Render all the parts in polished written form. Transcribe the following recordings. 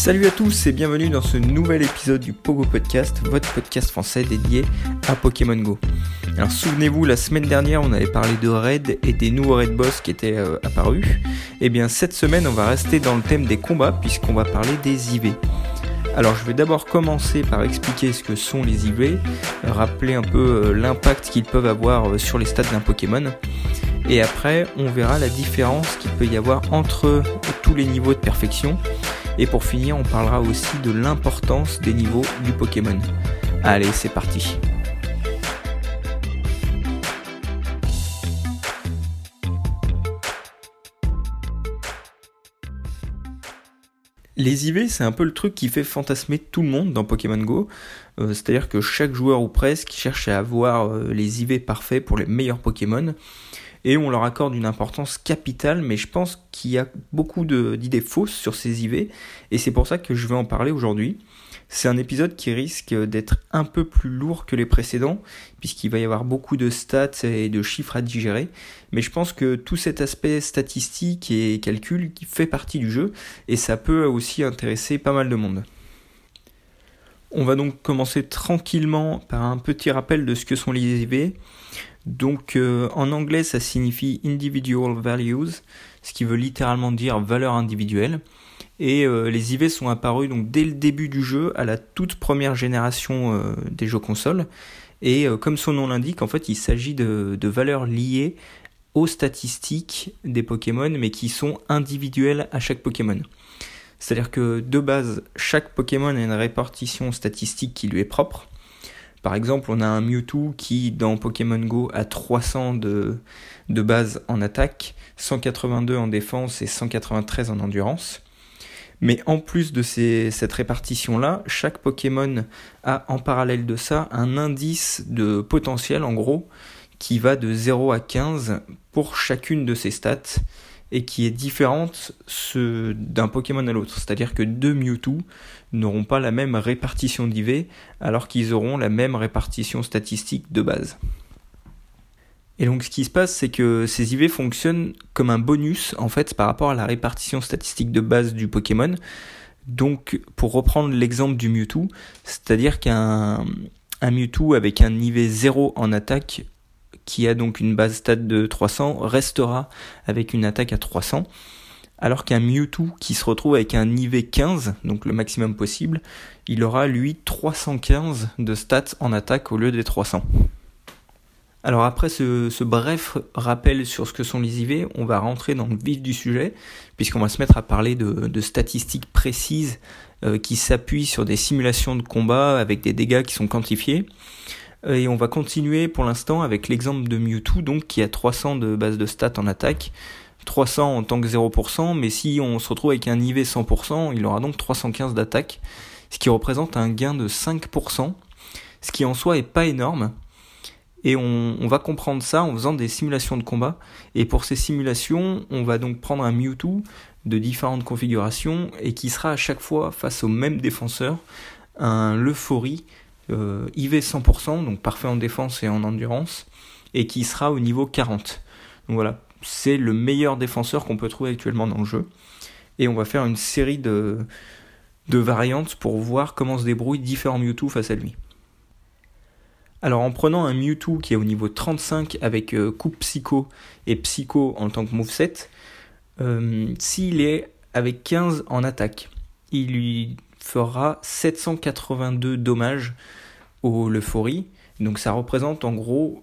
Salut à tous et bienvenue dans ce nouvel épisode du Pogo Podcast, votre podcast français dédié à Pokémon Go. Alors souvenez-vous, la semaine dernière on avait parlé de raids et des nouveaux raid boss qui étaient apparus. Et bien cette semaine on va rester dans le thème des combats puisqu'on va parler des IV. Alors je vais d'abord commencer par expliquer ce que sont les IV, rappeler un peu l'impact qu'ils peuvent avoir sur les stats d'un Pokémon. Et après on verra la différence qu'il peut y avoir entre tous les niveaux de perfection. Et pour finir, on parlera aussi de l'importance des niveaux du Pokémon. Allez, c'est parti. Les IV, c'est un peu le truc qui fait fantasmer tout le monde dans Pokémon Go. C'est-à-dire que chaque joueur ou presque cherche à avoir les IV parfaits pour les meilleurs Pokémon. Et on leur accorde une importance capitale, mais je pense qu'il y a beaucoup d'idées fausses sur ces IV, et c'est pour ça que je vais en parler aujourd'hui. C'est un épisode qui risque d'être un peu plus lourd que les précédents, puisqu'il va y avoir beaucoup de stats et de chiffres à digérer, mais je pense que tout cet aspect statistique et calcul qui fait partie du jeu, et ça peut aussi intéresser pas mal de monde. On va donc commencer tranquillement par un petit rappel de ce que sont les IV. Donc en anglais ça signifie individual values, ce qui veut littéralement dire valeur individuelle. Et les IV sont apparus donc dès le début du jeu, à la toute première génération des jeux consoles. Et comme son nom l'indique, en fait il s'agit de valeurs liées aux statistiques des Pokémon, mais qui sont individuelles à chaque Pokémon. C'est-à-dire que de base, chaque Pokémon a une répartition statistique qui lui est propre. Par exemple, on a un Mewtwo qui, dans Pokémon Go, a 300 de base en attaque, 182 en défense et 193 en endurance. Mais en plus de cette répartition-là, chaque Pokémon a en parallèle de ça un indice de potentiel, en gros, qui va de 0 à 15 pour chacune de ses stats, et qui est différente d'un Pokémon à l'autre. C'est-à-dire que deux Mewtwo n'auront pas la même répartition d'IV, alors qu'ils auront la même répartition statistique de base. Et donc ce qui se passe, c'est que ces IV fonctionnent comme un bonus, en fait, par rapport à la répartition statistique de base du Pokémon. Donc, pour reprendre l'exemple du Mewtwo, c'est-à-dire qu'un Mewtwo avec un IV 0 en attaque, qui a donc une base stat de 300, restera avec une attaque à 300, alors qu'un Mewtwo qui se retrouve avec un IV 15, donc le maximum possible, il aura lui 315 de stats en attaque au lieu des 300. Alors après ce bref rappel sur ce que sont les IV, on va rentrer dans le vif du sujet, puisqu'on va se mettre à parler de statistiques précises qui s'appuient sur des simulations de combat avec des dégâts qui sont quantifiés. Et on va continuer pour l'instant avec l'exemple de Mewtwo, donc qui a 300 de base de stats en attaque, 300 en tant que 0%, mais si on se retrouve avec un IV 100%, il aura donc 315 d'attaque, ce qui représente un gain de 5%, ce qui en soi est pas énorme. Et on va comprendre ça en faisant des simulations de combat. Et pour ces simulations, on va donc prendre un Mewtwo de différentes configurations et qui sera à chaque fois face au même défenseur, un Leuphori, IV 100%, donc parfait en défense et en endurance, et qui sera au niveau 40. Donc voilà, c'est le meilleur défenseur qu'on peut trouver actuellement dans le jeu. Et on va faire une série de variantes pour voir comment se débrouillent différents Mewtwo face à lui. Alors en prenant un Mewtwo qui est au niveau 35 avec coupe psycho et psycho en tant que moveset, s'il est avec 15 en attaque, il lui fera 782 dommages au Leuphori. Donc ça représente en gros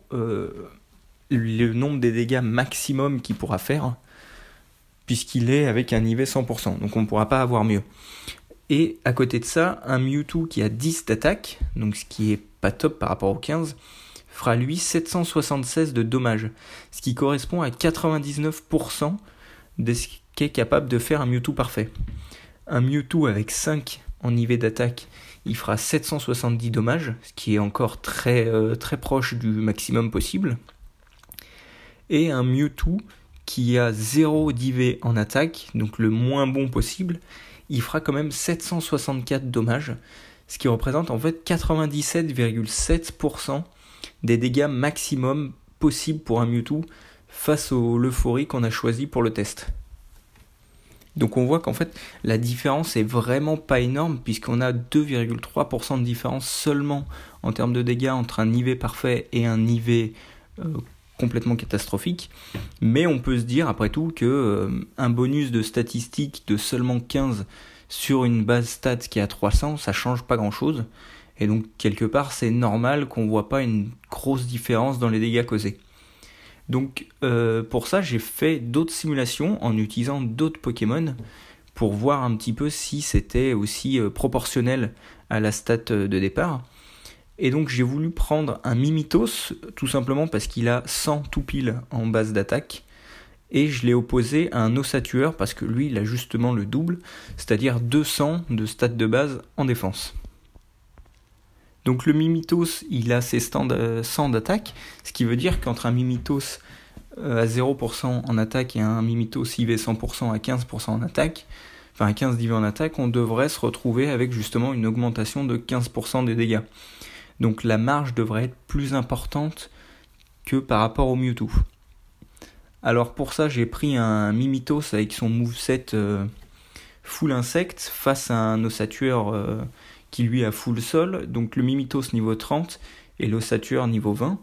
le nombre des dégâts maximum qu'il pourra faire, puisqu'il est avec un IV 100%, donc on ne pourra pas avoir mieux. Et à côté de ça, un Mewtwo qui a 10 d'attaque, donc ce qui est pas top par rapport au 15, fera lui 776 de dommages, ce qui correspond à 99% de ce qu'est capable de faire un Mewtwo parfait. Un Mewtwo avec 5 en IV d'attaque, il fera 770 dommages, ce qui est encore très proche du maximum possible. Et un Mewtwo qui a 0 d'IV en attaque, donc le moins bon possible, il fera quand même 764 dommages, ce qui représente en fait 97,7% des dégâts maximum possibles pour un Mewtwo face au Leuphori qu'on a choisi pour le test. Donc on voit qu'en fait la différence est vraiment pas énorme puisqu'on a 2,3% de différence seulement en termes de dégâts entre un IV parfait et un IV complètement catastrophique. Mais on peut se dire après tout que un bonus de statistique de seulement 15 sur une base stats qui est à 300, ça change pas grand chose. Et donc quelque part c'est normal qu'on voit pas une grosse différence dans les dégâts causés. Donc pour ça j'ai fait d'autres simulations en utilisant d'autres Pokémon pour voir un petit peu si c'était aussi proportionnel à la stat de départ. Et donc j'ai voulu prendre un Mimitos tout simplement parce qu'il a 100 tout pile en base d'attaque. Et je l'ai opposé à un Ossatueur parce que lui il a justement le double, c'est-à-dire 200 de stats de base en défense. Donc le Mimitos, il a ses 100 d'attaque, ce qui veut dire qu'entre un Mimitos à 0% en attaque et un Mimitos IV 100% à 15% en attaque, enfin à 15 d'IV en attaque, on devrait se retrouver avec justement une augmentation de 15% des dégâts. Donc la marge devrait être plus importante que par rapport au Mewtwo. Alors pour ça, j'ai pris un Mimitos avec son moveset full insecte face à un Ossatueur qui lui a full sol, donc le Mimitos niveau 30 et l'Ossatueur niveau 20.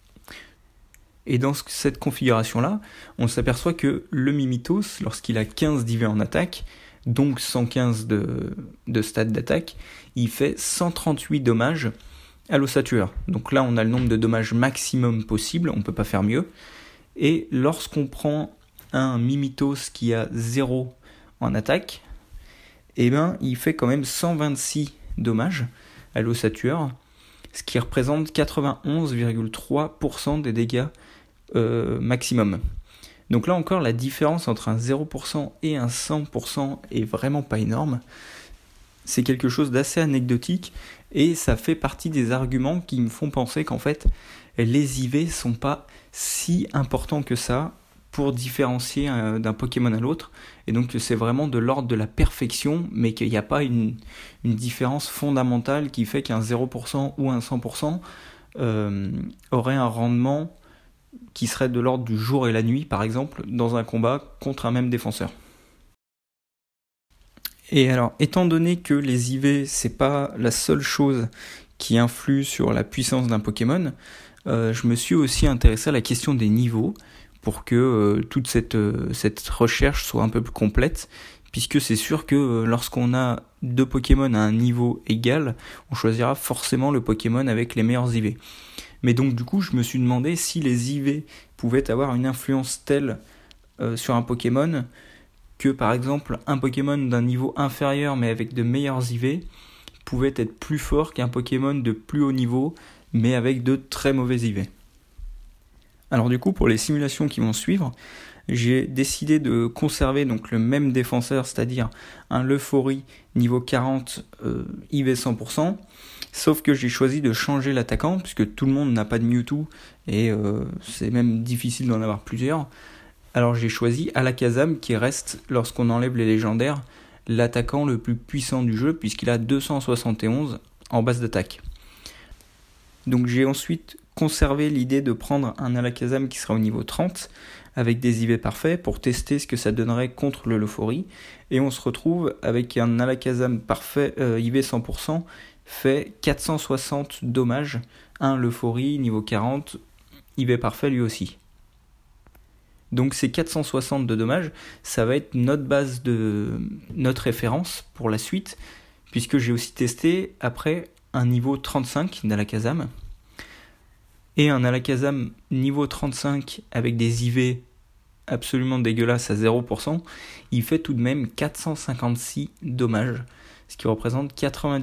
Et dans cette configuration-là, on s'aperçoit que le Mimitos, lorsqu'il a 15 d'IV en attaque, donc 115 de stats d'attaque, il fait 138 dommages à l'Ossatueur. Donc là, on a le nombre de dommages maximum possible, on ne peut pas faire mieux. Et lorsqu'on prend un Mimitos qui a 0 en attaque, il fait quand même 126 dommages à l'Ossatueur, ce qui représente 91,3% des dégâts maximum. Donc là encore, la différence entre un 0% et un 100% est vraiment pas énorme. C'est quelque chose d'assez anecdotique et ça fait partie des arguments qui me font penser qu'en fait, les IV sont pas si importants que ça pour différencier d'un Pokémon à l'autre, et donc c'est vraiment de l'ordre de la perfection, mais qu'il n'y a pas une différence fondamentale qui fait qu'un 0% ou un 100% aurait un rendement qui serait de l'ordre du jour et la nuit, par exemple, dans un combat contre un même défenseur. Et alors, étant donné que les IV, c'est pas la seule chose qui influe sur la puissance d'un Pokémon, je me suis aussi intéressé à la question des niveaux, pour que toute cette recherche soit un peu plus complète, puisque c'est sûr que lorsqu'on a deux Pokémon à un niveau égal, on choisira forcément le Pokémon avec les meilleurs IV. Mais donc du coup, je me suis demandé si les IV pouvaient avoir une influence telle sur un Pokémon que par exemple un Pokémon d'un niveau inférieur mais avec de meilleurs IV pouvait être plus fort qu'un Pokémon de plus haut niveau mais avec de très mauvais IV. Alors du coup, pour les simulations qui vont suivre, j'ai décidé de conserver donc le même défenseur, c'est-à-dire un Leuphori niveau 40 IV 100%, sauf que j'ai choisi de changer l'attaquant, puisque tout le monde n'a pas de Mewtwo, et c'est même difficile d'en avoir plusieurs. Alors j'ai choisi Alakazam, qui reste, lorsqu'on enlève les légendaires, l'attaquant le plus puissant du jeu, puisqu'il a 271 en base d'attaque. Donc j'ai ensuite conservé l'idée de prendre un Alakazam qui sera au niveau 30 avec des IV parfaits pour tester ce que ça donnerait contre le Leuphori, et on se retrouve avec un Alakazam parfait IV 100% fait 460 dommages, un Leuphori niveau 40 IV parfait lui aussi. Donc ces 460 de dommages, ça va être notre base de notre référence pour la suite, puisque j'ai aussi testé après un niveau 35 d'Alakazam et un Alakazam niveau 35 avec des IV absolument dégueulasses à 0%, il fait tout de même 456 dommages, ce qui représente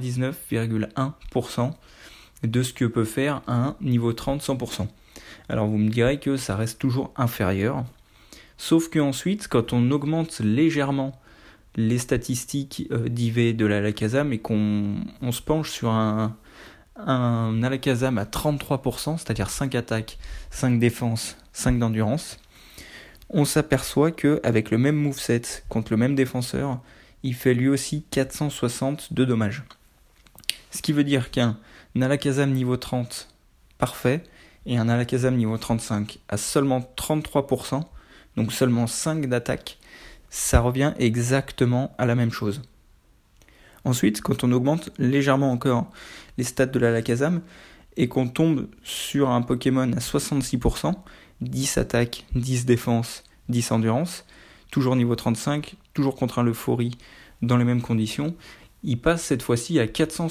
99,1% de ce que peut faire un niveau 30 100%. Alors vous me direz que ça reste toujours inférieur, sauf que ensuite, quand on augmente légèrement les statistiques d'IV de l'Alakazam et qu'on se penche sur un Alakazam à 33%, c'est-à-dire 5 attaques, 5 défenses, 5 d'endurance, on s'aperçoit qu'avec le même moveset contre le même défenseur, il fait lui aussi 460 de dommages. Ce qui veut dire qu'un Alakazam niveau 30 parfait et un Alakazam niveau 35 à seulement 33%, donc seulement 5 d'attaque, ça revient exactement à la même chose. Ensuite, quand on augmente légèrement encore les stats de l'Alakazam et qu'on tombe sur un Pokémon à 66%, 10 attaques, 10 défense, 10 endurance, toujours niveau 35, toujours contre un Leuphori dans les mêmes conditions, il passe cette fois-ci à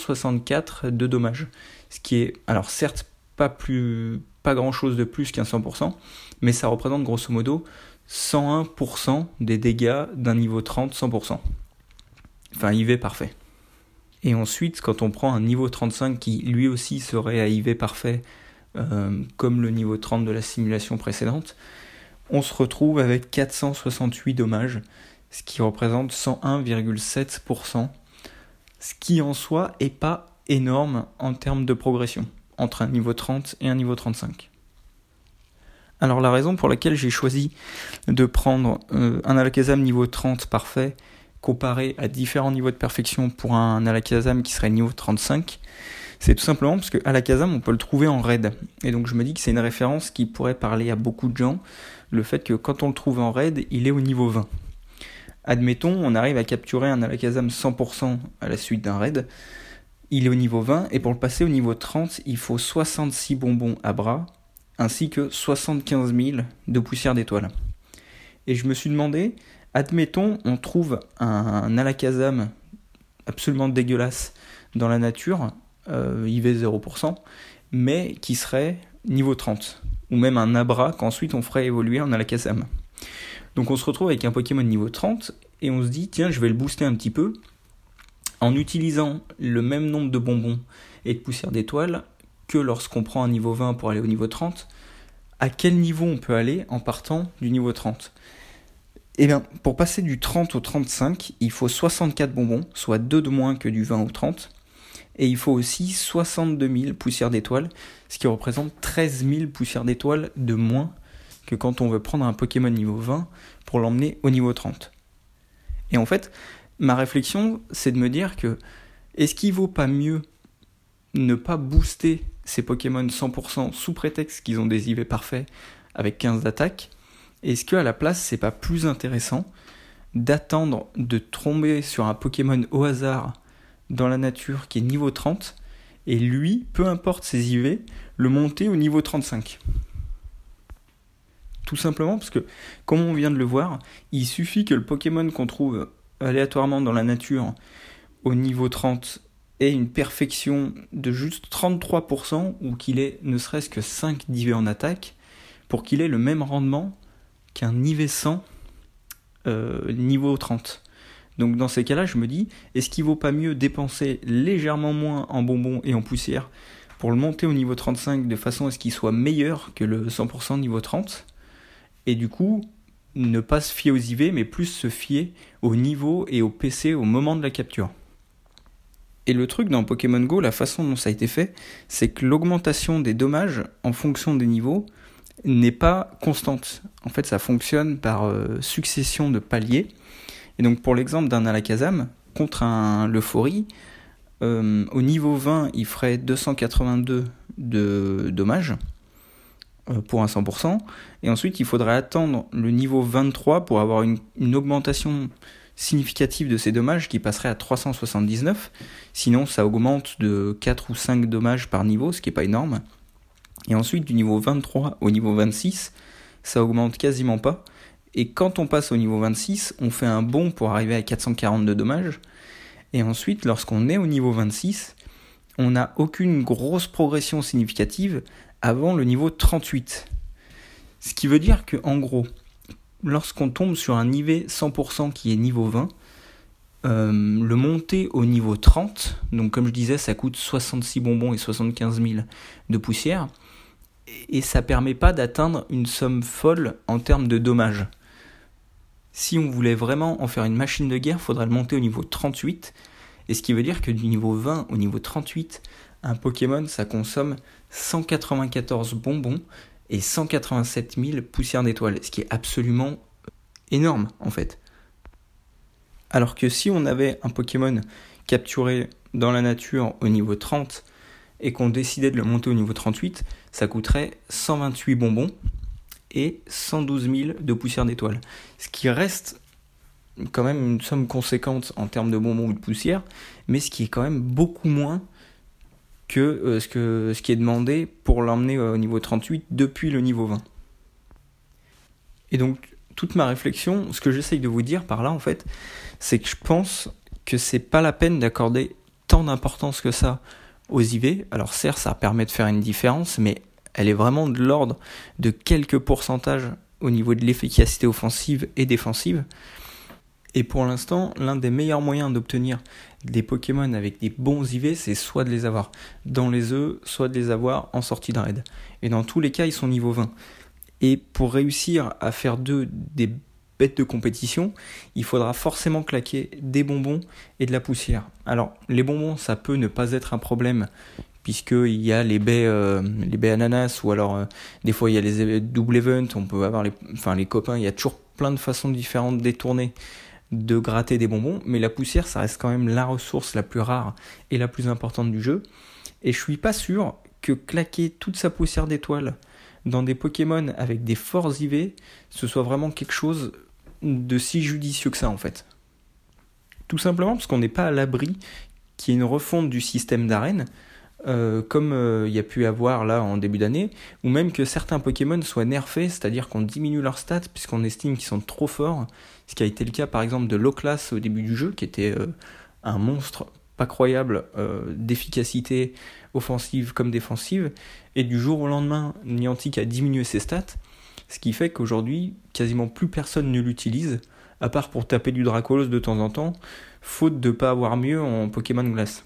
464 de dommages. Ce qui est, alors certes, pas grand chose de plus qu'un 100%, mais ça représente grosso modo 101% des dégâts d'un niveau 30 100%. Enfin, IV parfait. Et ensuite, quand on prend un niveau 35 qui lui aussi serait à IV parfait, comme le niveau 30 de la simulation précédente, on se retrouve avec 468 dommages, ce qui représente 101,7%, ce qui en soi est pas énorme en termes de progression, entre un niveau 30 et un niveau 35. Alors la raison pour laquelle j'ai choisi de prendre un Alakazam niveau 30 parfait comparé à différents niveaux de perfection pour un Alakazam qui serait niveau 35, c'est tout simplement parce que Alakazam on peut le trouver en raid. Et donc je me dis que c'est une référence qui pourrait parler à beaucoup de gens, le fait que quand on le trouve en raid, il est au niveau 20. Admettons, on arrive à capturer un Alakazam 100% à la suite d'un raid, il est au niveau 20, et pour le passer au niveau 30, il faut 66 bonbons à bras, ainsi que 75 000 de poussière d'étoile. Et je me suis demandé, admettons, on trouve un Alakazam absolument dégueulasse dans la nature, IV 0%, mais qui serait niveau 30, ou même un Abra qu'ensuite on ferait évoluer en Alakazam. Donc on se retrouve avec un Pokémon niveau 30, et on se dit, tiens, je vais le booster un petit peu, en utilisant le même nombre de bonbons et de poussière d'étoile que lorsqu'on prend un niveau 20 pour aller au niveau 30, à quel niveau on peut aller en partant du niveau 30 ? Eh bien, pour passer du 30 au 35, il faut 64 bonbons, soit 2 de moins que du 20 au 30, et il faut aussi 62 000 poussières d'étoiles, ce qui représente 13 000 poussières d'étoiles de moins que quand on veut prendre un Pokémon niveau 20 pour l'emmener au niveau 30. Et en fait, ma réflexion, c'est de me dire que est-ce qu'il vaut pas mieux ne pas booster ces Pokémon 100% sous prétexte qu'ils ont des IV parfaits avec 15 d'attaque ? Est-ce qu'à la place, c'est pas plus intéressant d'attendre de tomber sur un Pokémon au hasard dans la nature qui est niveau 30 et lui, peu importe ses IV, le monter au niveau 35 ? Tout simplement parce que, comme on vient de le voir, il suffit que le Pokémon qu'on trouve aléatoirement dans la nature au niveau 30 ait une perfection de juste 33% ou qu'il ait ne serait-ce que 5 d'IV en attaque pour qu'il ait le même rendement qu'un IV 100 niveau 30. Donc dans ces cas-là, je me dis, est-ce qu'il vaut pas mieux dépenser légèrement moins en bonbons et en poussière pour le monter au niveau 35 de façon à ce qu'il soit meilleur que le 100% niveau 30 ? Et du coup, ne pas se fier aux IV, mais plus se fier au niveau et au PC au moment de la capture. Et le truc dans Pokémon Go, la façon dont ça a été fait, c'est que l'augmentation des dommages en fonction des niveaux n'est pas constante. En fait, ça fonctionne par succession de paliers. Et donc pour l'exemple d'un Alakazam, contre un Leuphori, au niveau 20, il ferait 282 de dommages, pour un 100%, et ensuite il faudrait attendre le niveau 23 pour avoir une augmentation significative de ces dommages qui passerait à 379, sinon ça augmente de 4 ou 5 dommages par niveau, ce qui n'est pas énorme, et ensuite du niveau 23 au niveau 26, ça augmente quasiment pas, et quand on passe au niveau 26, on fait un bond pour arriver à 442 dommages, et ensuite lorsqu'on est au niveau 26, on n'a aucune grosse progression significative avant le niveau 38. Ce qui veut dire que, en gros, lorsqu'on tombe sur un IV 100% qui est niveau 20, le monter au niveau 30, donc comme je disais, ça coûte 66 bonbons et 75 000 de poussière, et ça permet pas d'atteindre une somme folle en termes de dommages. Si on voulait vraiment en faire une machine de guerre, il faudrait le monter au niveau 38, et ce qui veut dire que du niveau 20 au niveau 38, un Pokémon, ça consomme 194 bonbons et 187 000 poussières d'étoiles, ce qui est absolument énorme en fait. Alors que si on avait un Pokémon capturé dans la nature au niveau 30 et qu'on décidait de le monter au niveau 38, ça coûterait 128 bonbons et 112 000 de poussières d'étoiles. Ce qui reste quand même une somme conséquente en termes de bonbons ou de poussière, mais ce qui est quand même beaucoup moins que ce qui est demandé pour l'emmener au niveau 38 depuis le niveau 20. Et donc, toute ma réflexion, ce que j'essaye de vous dire par là, en fait, c'est que je pense que c'est pas la peine d'accorder tant d'importance que ça aux IV. Alors certes, ça permet de faire une différence, mais elle est vraiment de l'ordre de quelques pourcentages au niveau de l'efficacité offensive et défensive. Et pour l'instant, l'un des meilleurs moyens d'obtenir des Pokémon avec des bons IV, c'est soit de les avoir dans les œufs, soit de les avoir en sortie de raid. Et dans tous les cas, ils sont niveau 20. Et pour réussir à faire d'eux des bêtes de compétition, il faudra forcément claquer des bonbons et de la poussière. Alors, les bonbons, ça peut ne pas être un problème, puisqu'il y a les baies ananas, ou alors des fois il y a les double event, on peut avoir les copains, il y a toujours plein de façons différentes détournées de gratter des bonbons, mais la poussière, ça reste quand même la ressource la plus rare et la plus importante du jeu. Et je suis pas sûr que claquer toute sa poussière d'étoiles dans des Pokémon avec des forts IV, ce soit vraiment quelque chose de si judicieux que ça en fait. Tout simplement parce qu'on n'est pas à l'abri qu'il y ait une refonte du système d'arène, comme il y a pu avoir là en début d'année, ou même que certains Pokémon soient nerfés, c'est-à-dire qu'on diminue leurs stats puisqu'on estime qu'ils sont trop forts, ce qui a été le cas par exemple de Loclas au début du jeu, qui était un monstre pas croyable d'efficacité offensive comme défensive, et du jour au lendemain, Niantic a diminué ses stats, ce qui fait qu'aujourd'hui, quasiment plus personne ne l'utilise, à part pour taper du Dracolos de temps en temps, faute de pas avoir mieux en Pokémon Glace.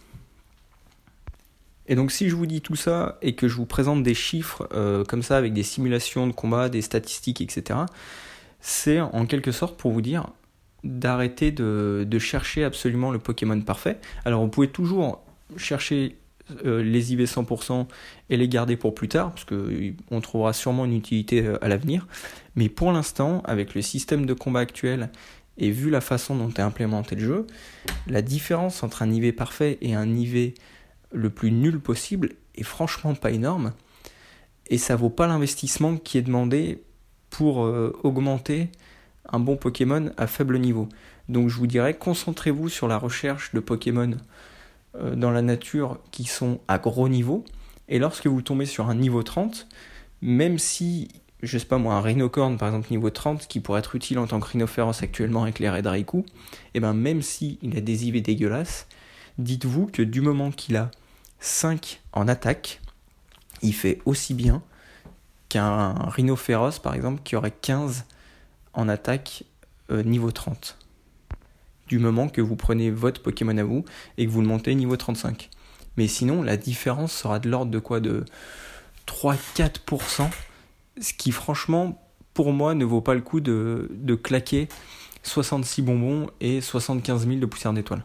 Et donc si je vous dis tout ça, et que je vous présente des chiffres comme ça, avec des simulations de combat, des statistiques, etc., c'est en quelque sorte pour vous dire d'arrêter de chercher absolument le Pokémon parfait. Alors vous pouvez toujours chercher les IV 100% et les garder pour plus tard, parce qu'on trouvera sûrement une utilité à l'avenir. Mais pour l'instant, avec le système de combat actuel, et vu la façon dont est implémenté le jeu, la différence entre un IV parfait et un IV le plus nul possible est franchement pas énorme, et ça vaut pas l'investissement qui est demandé pour augmenter un bon Pokémon à faible niveau. Donc je vous dirais, concentrez-vous sur la recherche de Pokémon dans la nature qui sont à gros niveau, et lorsque vous tombez sur un niveau 30, même si, je sais pas moi, un Rhinocorn par exemple niveau 30, qui pourrait être utile en tant que Rhinophéros actuellement avec les Red Raikou, et ben même si il a des IV dégueulasses, dites-vous que du moment qu'il a 5 en attaque, il fait aussi bien qu'un Rhinophéros par exemple qui aurait 15 en attaque niveau 30. Du moment que vous prenez votre Pokémon à vous et que vous le montez niveau 35. Mais sinon, la différence sera de l'ordre de quoi ? De 3-4%, ce qui franchement, pour moi, ne vaut pas le coup de claquer 66 bonbons et 75 000 de poussière d'étoile.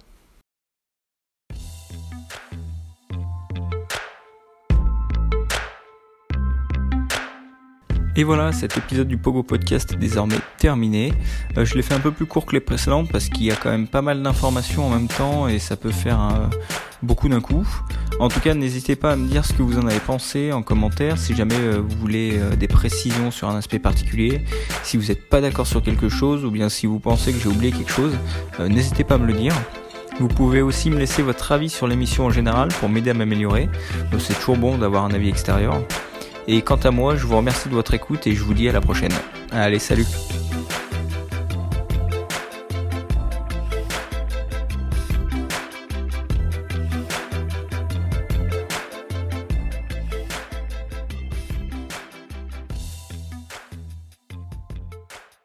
Et voilà, cet épisode du Pogo Podcast est désormais terminé. Je l'ai fait un peu plus court que les précédents parce qu'il y a quand même pas mal d'informations en même temps et ça peut faire beaucoup d'un coup. En tout cas, n'hésitez pas à me dire ce que vous en avez pensé en commentaire, si jamais vous voulez des précisions sur un aspect particulier, si vous n'êtes pas d'accord sur quelque chose ou bien si vous pensez que j'ai oublié quelque chose, n'hésitez pas à me le dire. Vous pouvez aussi me laisser votre avis sur l'émission en général pour m'aider à m'améliorer. C'est toujours bon d'avoir un avis extérieur. Et quant à moi, je vous remercie de votre écoute et je vous dis à la prochaine. Allez, salut!